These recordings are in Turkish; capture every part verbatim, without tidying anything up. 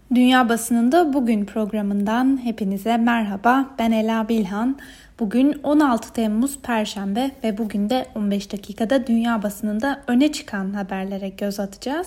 Dünya Basınında Bugün programından hepinize merhaba. Ben Ela Bilhan. Bugün on altı Temmuz Perşembe ve bugün de on beş dakikada dünya basınında öne çıkan haberlere göz atacağız.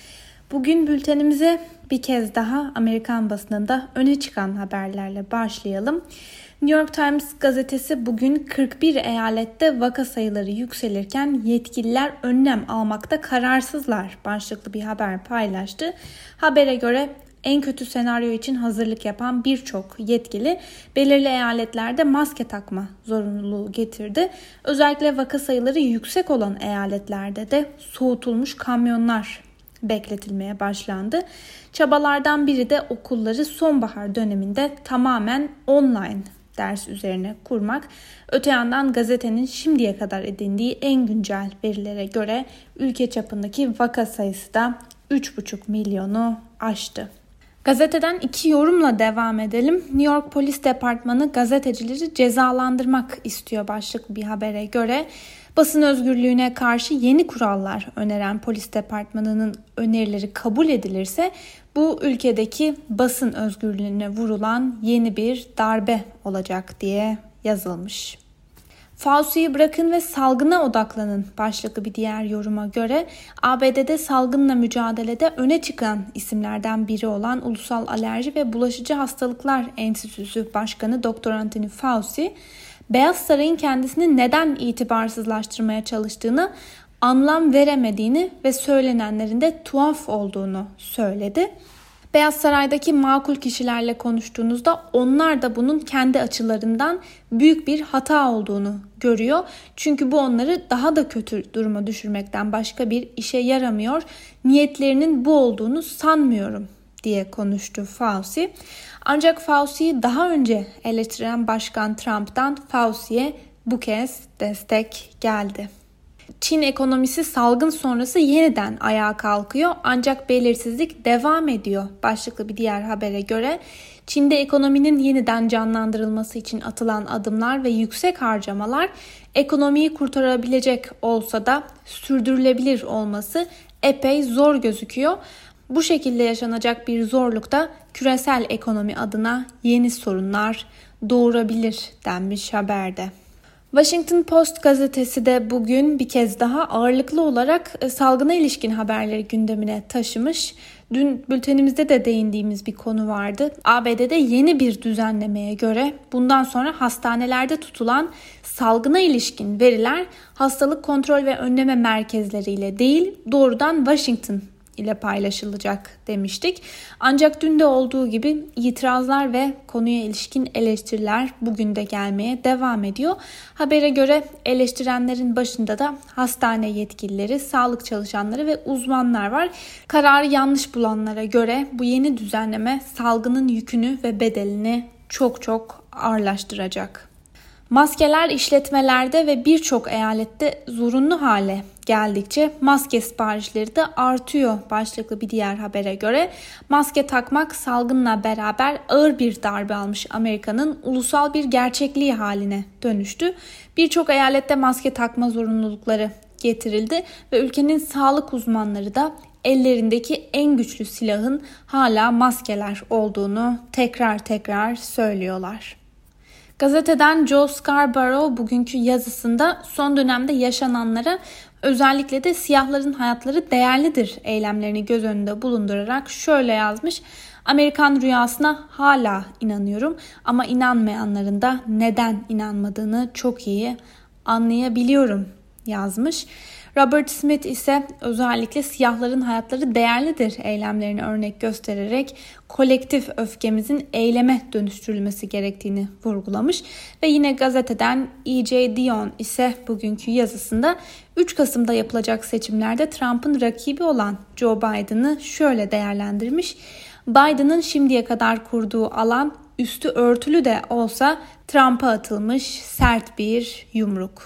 Bugün bültenimize bir kez daha Amerikan basınında öne çıkan haberlerle başlayalım. New York Times gazetesi bugün kırk bir eyalette vaka sayıları yükselirken yetkililer önlem almakta kararsızlar başlıklı bir haber paylaştı. Habere göre en kötü senaryo için hazırlık yapan birçok yetkili belirli eyaletlerde maske takma zorunluluğu getirdi. Özellikle vaka sayıları yüksek olan eyaletlerde de soğutulmuş kamyonlar bekletilmeye başlandı. Çabalardan biri de okulları sonbahar döneminde tamamen online ders üzerine kurmak. Öte yandan gazetenin şimdiye kadar edindiği en güncel verilere göre ülke çapındaki vaka sayısı da üç buçuk milyonu aştı. Gazeteden iki yorumla devam edelim. New York Polis Departmanı gazetecileri cezalandırmak istiyor başlıklı bir habere göre. Basın özgürlüğüne karşı yeni kurallar öneren polis departmanının önerileri kabul edilirse bu ülkedeki basın özgürlüğüne vurulan yeni bir darbe olacak diye yazılmış. Fauci'yi bırakın ve salgına odaklanın başlıklı bir diğer yoruma göre A B D'de salgınla mücadelede öne çıkan isimlerden biri olan Ulusal Alerji ve Bulaşıcı Hastalıklar Enstitüsü Başkanı Doktor Anthony Fauci, Beyaz Saray'ın kendisini neden itibarsızlaştırmaya çalıştığını, anlam veremediğini ve söylenenlerin de tuhaf olduğunu söyledi. Beyaz Saray'daki makul kişilerle konuştuğunuzda onlar da bunun kendi açılarından büyük bir hata olduğunu görüyor. Çünkü bu onları daha da kötü duruma düşürmekten başka bir işe yaramıyor. Niyetlerinin bu olduğunu sanmıyorum diye konuştu Fauci. Ancak Fauci'yi daha önce eleştiren Başkan Trump'tan Fauci'ye bu kez destek geldi. Çin ekonomisi salgın sonrası yeniden ayağa kalkıyor ancak belirsizlik devam ediyor başlıklı bir diğer habere göre. Çin'de ekonominin yeniden canlandırılması için atılan adımlar ve yüksek harcamalar ekonomiyi kurtarabilecek olsa da sürdürülebilir olması epey zor gözüküyor. Bu şekilde yaşanacak bir zorluk da küresel ekonomi adına yeni sorunlar doğurabilir denmiş haberde. Washington Post gazetesi de bugün bir kez daha ağırlıklı olarak salgına ilişkin haberleri gündemine taşımış. Dün bültenimizde de değindiğimiz bir konu vardı. A B D'de yeni bir düzenlemeye göre bundan sonra hastanelerde tutulan salgına ilişkin veriler hastalık kontrol ve önleme merkezleriyle değil doğrudan Washington ile paylaşılacak demiştik. Ancak dün de olduğu gibi itirazlar ve konuya ilişkin eleştiriler bugün de gelmeye devam ediyor. Habere göre eleştirenlerin başında da hastane yetkilileri, sağlık çalışanları ve uzmanlar var. Kararı yanlış bulanlara göre bu yeni düzenleme salgının yükünü ve bedelini çok çok ağırlaştıracak. Maskeler işletmelerde ve birçok eyalette zorunlu hale geldikçe maske siparişleri de artıyor başlıklı bir diğer habere göre. Maske takmak salgınla beraber ağır bir darbe almış Amerika'nın ulusal bir gerçekliği haline dönüştü. Birçok eyalette maske takma zorunlulukları getirildi ve ülkenin sağlık uzmanları da ellerindeki en güçlü silahın hala maskeler olduğunu tekrar tekrar söylüyorlar. Gazeteden Joe Scarborough bugünkü yazısında son dönemde yaşananlara özellikle de siyahların hayatları değerlidir eylemlerini göz önünde bulundurarak şöyle yazmış. Amerikan rüyasına hala inanıyorum ama inanmayanların da neden inanmadığını çok iyi anlayabiliyorum yazmış. Robert Smith ise özellikle siyahların hayatları değerlidir eylemlerini örnek göstererek kolektif öfkemizin eyleme dönüştürülmesi gerektiğini vurgulamış. Ve yine gazeteden E J Dion ise bugünkü yazısında üç Kasım'da yapılacak seçimlerde Trump'ın rakibi olan Joe Biden'ı şöyle değerlendirmiş. Biden'ın şimdiye kadar kurduğu alan üstü örtülü de olsa Trump'a atılmış sert bir yumruk.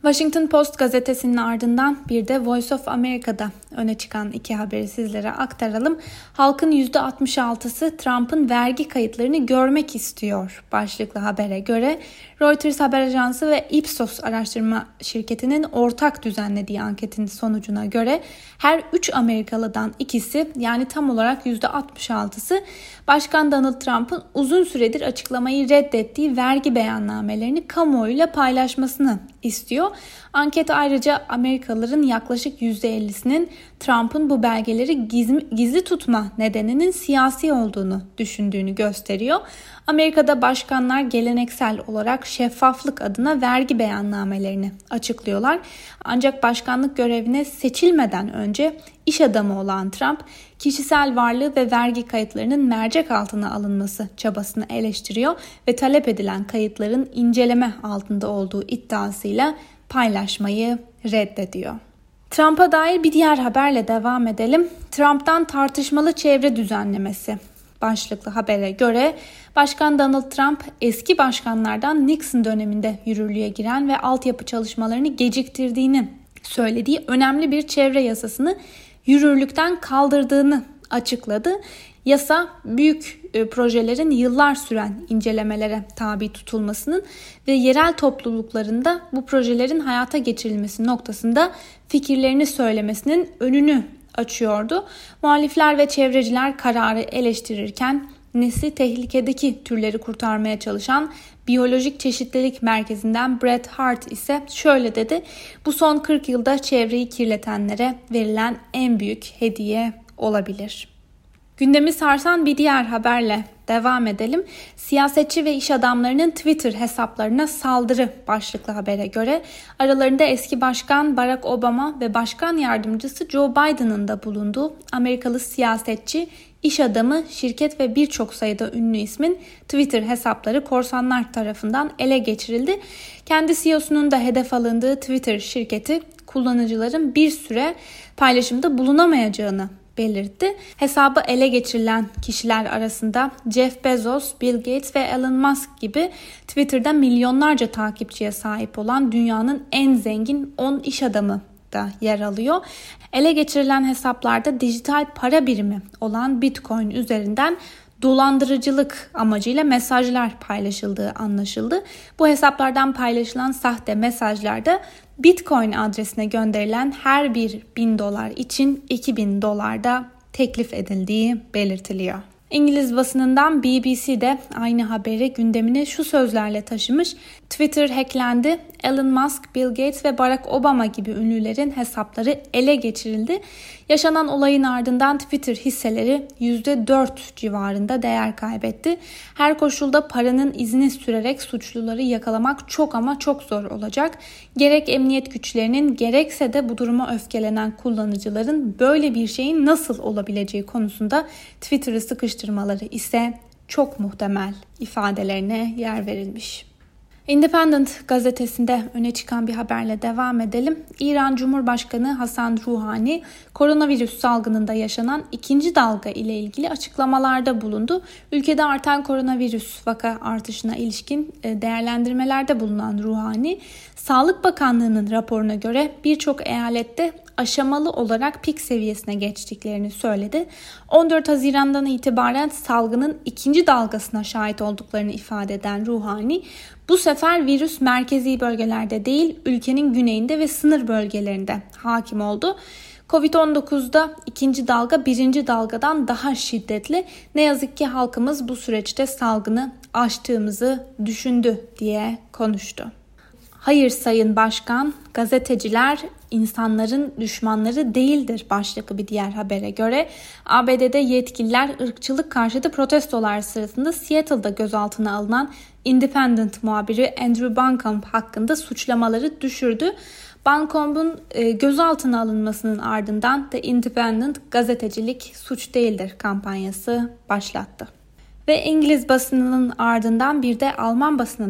Washington Post gazetesinin ardından bir de Voice of America'da öne çıkan iki haberi sizlere aktaralım. Halkın yüzde altmış altısı Trump'ın vergi kayıtlarını görmek istiyor başlıklı habere göre Reuters haber ajansı ve Ipsos araştırma şirketinin ortak düzenlediği anketin sonucuna göre her üç Amerikalıdan ikisi, yani tam olarak yüzde altmış altısı Başkan Donald Trump'ın uzun süredir açıklamayı reddettiği vergi beyannamelerini kamuoyuyla paylaşmasını istiyor. Anket ayrıca Amerikalıların yaklaşık yüzde ellisinin Trump'ın bu belgeleri gizli, gizli tutma nedeninin siyasi olduğunu düşündüğünü gösteriyor. Amerika'da başkanlar geleneksel olarak şeffaflık adına vergi beyannamelerini açıklıyorlar. Ancak başkanlık görevine seçilmeden önce iş adamı olan Trump, kişisel varlığı ve vergi kayıtlarının mercek altına alınması çabasını eleştiriyor ve talep edilen kayıtların inceleme altında olduğu iddiasıyla paylaşmayı reddediyor. Trump'a dair bir diğer haberle devam edelim. Trump'tan tartışmalı çevre düzenlemesi başlıklı habere göre Başkan Donald Trump eski başkanlardan Nixon döneminde yürürlüğe giren ve altyapı çalışmalarını geciktirdiğini söylediği önemli bir çevre yasasını yürürlükten kaldırdığını açıkladı. Yasa büyük e, projelerin yıllar süren incelemelere tabi tutulmasının ve yerel topluluklarında bu projelerin hayata geçirilmesi noktasında fikirlerini söylemesinin önünü açıyordu. Muhalifler ve çevreciler kararı eleştirirken nesli tehlikedeki türleri kurtarmaya çalışan Biyolojik Çeşitlilik Merkezi'nden Brett Hart ise şöyle dedi: "Bu son kırk yılda çevreyi kirletenlere verilen en büyük hediye olabilir." Gündemi sarsan bir diğer haberle devam edelim. Siyasetçi ve iş adamlarının Twitter hesaplarına saldırı başlıklı habere göre aralarında eski başkan Barack Obama ve başkan yardımcısı Joe Biden'ın da bulunduğu Amerikalı siyasetçi, iş adamı, şirket ve birçok sayıda ünlü ismin Twitter hesapları korsanlar tarafından ele geçirildi. Kendi C E O'sunun da hedef alındığı Twitter şirketi kullanıcıların bir süre paylaşımda bulunamayacağını belirtti. Hesabı ele geçirilen kişiler arasında Jeff Bezos, Bill Gates ve Elon Musk gibi Twitter'da milyonlarca takipçiye sahip olan dünyanın en zengin on iş adamı da yer alıyor. Ele geçirilen hesaplarda dijital para birimi olan Bitcoin üzerinden dolandırıcılık amacıyla mesajlar paylaşıldığı anlaşıldı. Bu hesaplardan paylaşılan sahte mesajlarda Bitcoin adresine gönderilen her bir bin dolar için iki bin dolar da teklif edildiği belirtiliyor. İngiliz basınından B B C de aynı haberi gündemine şu sözlerle taşımış: Twitter hacklendi, Elon Musk, Bill Gates ve Barack Obama gibi ünlülerin hesapları ele geçirildi. Yaşanan olayın ardından Twitter hisseleri yüzde dört civarında değer kaybetti. Her koşulda paranın izini sürerek suçluları yakalamak çok ama çok zor olacak. Gerek emniyet güçlerinin gerekse de bu duruma öfkelenen kullanıcıların böyle bir şeyin nasıl olabileceği konusunda Twitter'ı sıkıştırmaları ise çok muhtemel ifadelerine yer verilmiş. Independent gazetesinde öne çıkan bir haberle devam edelim. İran Cumhurbaşkanı Hasan Ruhani, koronavirüs salgınında yaşanan ikinci dalga ile ilgili açıklamalarda bulundu. Ülkede artan koronavirüs vaka artışına ilişkin değerlendirmelerde bulunan Ruhani, Sağlık Bakanlığı'nın raporuna göre birçok eyalette aşamalı olarak pik seviyesine geçtiklerini söyledi. on dört Haziran'dan itibaren salgının ikinci dalgasına şahit olduklarını ifade eden Ruhani, bu sefer virüs merkezi bölgelerde değil, ülkenin güneyinde ve sınır bölgelerinde hakim oldu. kovid on dokuzda ikinci dalga birinci dalgadan daha şiddetli. Ne yazık ki halkımız bu süreçte salgını aştığımızı düşündü diye konuştu. Hayır Sayın Başkan, gazeteciler insanların düşmanları değildir başlıklı bir diğer habere göre A B D'de yetkililer ırkçılık karşıtı protestolar sırasında Seattle'da gözaltına alınan Independent muhabiri Andrew Buncombe hakkında suçlamaları düşürdü. Buncombe'un e, gözaltına alınmasının ardından The Independent gazetecilik suç değildir kampanyası başlattı. Ve İngiliz basınının ardından bir de Alman basınında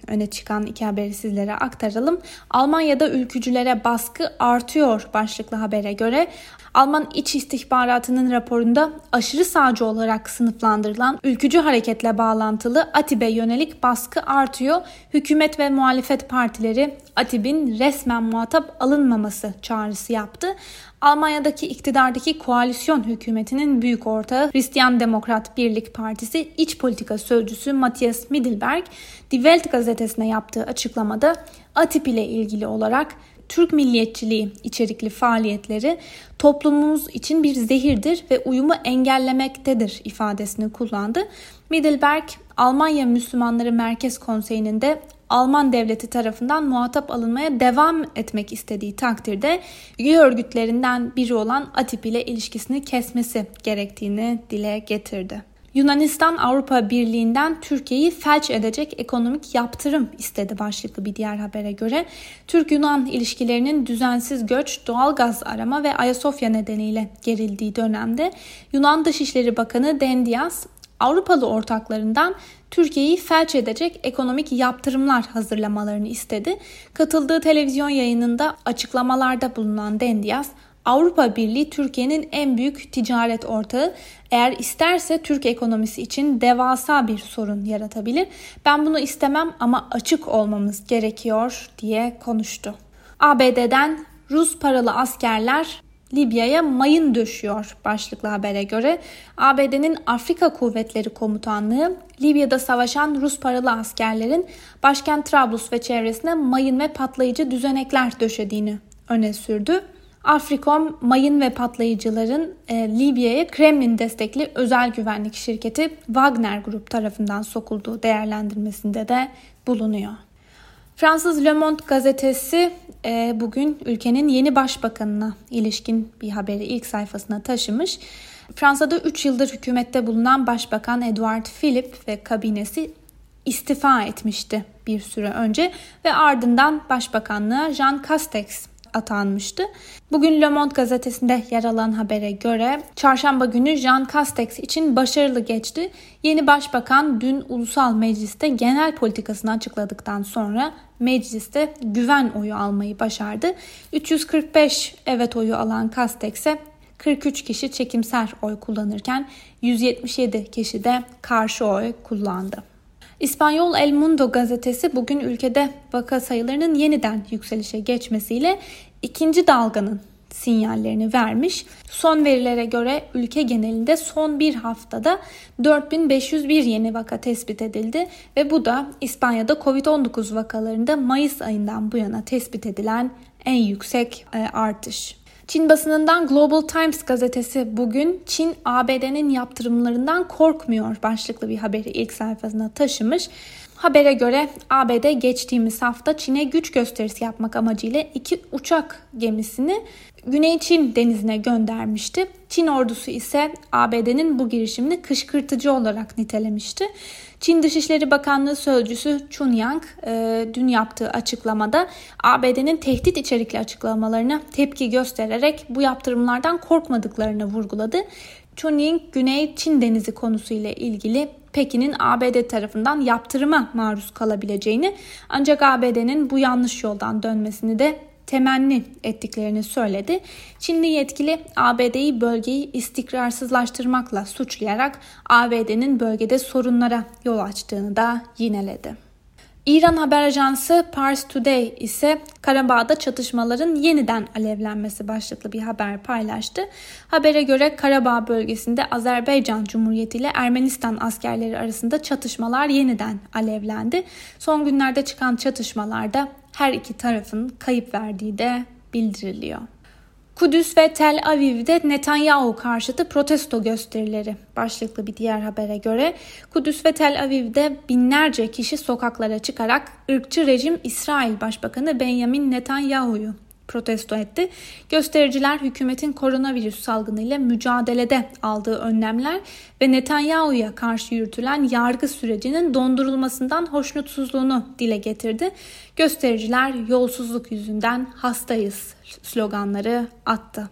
öne çıkan iki haberi sizlere aktaralım. Almanya'da ülkücülere baskı artıyor başlıklı habere göre Alman İç İstihbaratı'nın raporunda aşırı sağcı olarak sınıflandırılan ülkücü hareketle bağlantılı A T İ B'e yönelik baskı artıyor. Hükümet ve muhalefet partileri A T İ B'in resmen muhatap alınmaması çağrısı yaptı. Almanya'daki iktidardaki koalisyon hükümetinin büyük ortağı Hristiyan Demokrat Birlik Partisi İç Politika Sözcüsü Matthias Middelberg, Die Welt gazetesine yaptığı açıklamada A T İ B ile ilgili olarak Türk milliyetçiliği içerikli faaliyetleri toplumumuz için bir zehirdir ve uyumu engellemektedir ifadesini kullandı. Middelberg, Almanya Müslümanları Merkez Konseyi'nin de Alman devleti tarafından muhatap alınmaya devam etmek istediği takdirde üye örgütlerinden biri olan A T İ B ile ilişkisini kesmesi gerektiğini dile getirdi. Yunanistan Avrupa Birliği'nden Türkiye'yi felç edecek ekonomik yaptırım istedi başlıklı bir diğer habere göre. Türk-Yunan ilişkilerinin düzensiz göç, doğalgaz arama ve Ayasofya nedeniyle gerildiği dönemde Yunan Dışişleri Bakanı Dendias, Avrupalı ortaklarından Türkiye'yi felç edecek ekonomik yaptırımlar hazırlamalarını istedi. Katıldığı televizyon yayınında açıklamalarda bulunan Dendias, Avrupa Birliği Türkiye'nin en büyük ticaret ortağı. Eğer isterse Türk ekonomisi için devasa bir sorun yaratabilir. Ben bunu istemem ama açık olmamız gerekiyor diye konuştu. A B D'den Rus paralı askerler Libya'ya mayın döşüyor başlıklı habere göre. A B D'nin Afrika Kuvvetleri Komutanlığı Libya'da savaşan Rus paralı askerlerin başkent Trablus ve çevresine mayın ve patlayıcı düzenekler döşediğini öne sürdü. Afrikom, mayın ve patlayıcıların e, Libya'ya Kremlin destekli özel güvenlik şirketi Wagner Group tarafından sokulduğu değerlendirmesinde de bulunuyor. Fransız Le Monde gazetesi e, bugün ülkenin yeni başbakanına ilişkin bir haberi ilk sayfasına taşımış. Fransa'da üç yıldır hükümette bulunan Başbakan Edouard Philippe ve kabinesi istifa etmişti bir süre önce ve ardından başbakanlığa Jean Castex atanmıştı. Bugün Le Monde gazetesinde yer alan habere göre çarşamba günü Jean Castex için başarılı geçti. Yeni başbakan dün ulusal mecliste genel politikasını açıkladıktan sonra mecliste güven oyu almayı başardı. üç yüz kırk beş evet oyu alan Castex'e kırk üç kişi çekimser oy kullanırken yüz yetmiş yedi kişi de karşı oy kullandı. İspanyol El Mundo gazetesi bugün ülkede vaka sayılarının yeniden yükselişe geçmesiyle ikinci dalganın sinyallerini vermiş. Son verilere göre ülke genelinde son bir haftada dört bin beş yüz bir yeni vaka tespit edildi ve bu da İspanya'da kovid on dokuz vakalarında Mayıs ayından bu yana tespit edilen en yüksek artış. Çin basınından Global Times gazetesi bugün Çin A B D'nin yaptırımlarından korkmuyor başlıklı bir haberi ilk sayfasına taşımış. Habere göre A B D geçtiğimiz hafta Çin'e güç gösterisi yapmak amacıyla iki uçak gemisini Güney Çin denizine göndermişti. Çin ordusu ise A B D'nin bu girişimini kışkırtıcı olarak nitelemişti. Çin Dışişleri Bakanlığı Sözcüsü Chun Yang e, dün yaptığı açıklamada A B D'nin tehdit içerikli açıklamalarına tepki göstererek bu yaptırımlardan korkmadıklarını vurguladı. Chun Yang, Güney Çin Denizi konusuyla ilgili Pekin'in A B D tarafından yaptırıma maruz kalabileceğini ancak A B D'nin bu yanlış yoldan dönmesini de temenni ettiklerini söyledi. Çinli yetkili A B D'yi bölgeyi istikrarsızlaştırmakla suçlayarak A B D'nin bölgede sorunlara yol açtığını da yineledi. İran haber ajansı Pars Today ise Karabağ'da çatışmaların yeniden alevlenmesi başlıklı bir haber paylaştı. Habere göre Karabağ bölgesinde Azerbaycan Cumhuriyeti ile Ermenistan askerleri arasında çatışmalar yeniden alevlendi. Son günlerde çıkan çatışmalarda her iki tarafın kayıp verdiği de bildiriliyor. Kudüs ve Tel Aviv'de Netanyahu karşıtı protesto gösterileri başlıklı bir diğer habere göre Kudüs ve Tel Aviv'de binlerce kişi sokaklara çıkarak ırkçı rejim İsrail Başbakanı Benjamin Netanyahu'yu protesto etti. Göstericiler hükümetin koronavirüs salgınıyla mücadelede aldığı önlemler ve Netanyahu'ya karşı yürütülen yargı sürecinin dondurulmasından hoşnutsuzluğunu dile getirdi. Göstericiler yolsuzluk yüzünden hastayız sloganları attı.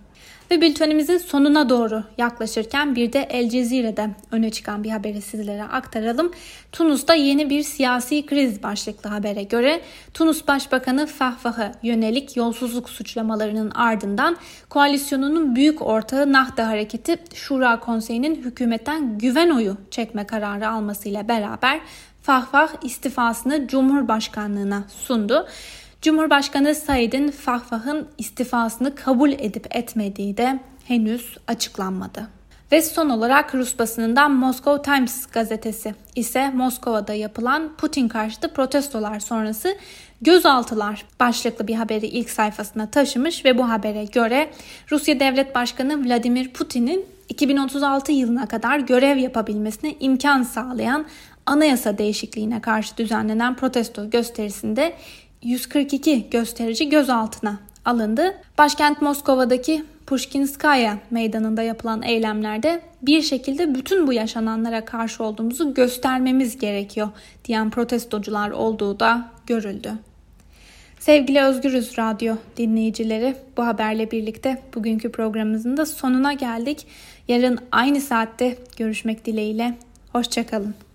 Ve bültenimizin sonuna doğru yaklaşırken bir de El Cezire'de öne çıkan bir haberi sizlere aktaralım. Tunus'ta yeni bir siyasi kriz başlıklı habere göre Tunus Başbakanı Fahfah'a yönelik yolsuzluk suçlamalarının ardından koalisyonunun büyük ortağı Nahda Hareketi Şura Konseyi'nin hükümetten güven oyu çekme kararı almasıyla beraber Fahfah istifasını Cumhurbaşkanlığına sundu. Cumhurbaşkanı Said'in Fahfah'ın istifasını kabul edip etmediği de henüz açıklanmadı. Ve son olarak Rus basınından Moscow Times gazetesi ise Moskova'da yapılan Putin karşıtı protestolar sonrası gözaltılar başlıklı bir haberi ilk sayfasına taşımış ve bu habere göre Rusya Devlet Başkanı Vladimir Putin'in iki bin otuz altı yılına kadar görev yapabilmesine imkan sağlayan anayasa değişikliğine karşı düzenlenen protesto gösterisinde yüz kırk iki gösterici gözaltına alındı. Başkent Moskova'daki Pushkinskaya meydanında yapılan eylemlerde bir şekilde bütün bu yaşananlara karşı olduğumuzu göstermemiz gerekiyor diyen protestocular olduğu da görüldü. Sevgili Özgürüz Radyo dinleyicileri, bu haberle birlikte bugünkü programımızın da sonuna geldik. Yarın aynı saatte görüşmek dileğiyle. Hoşça kalın.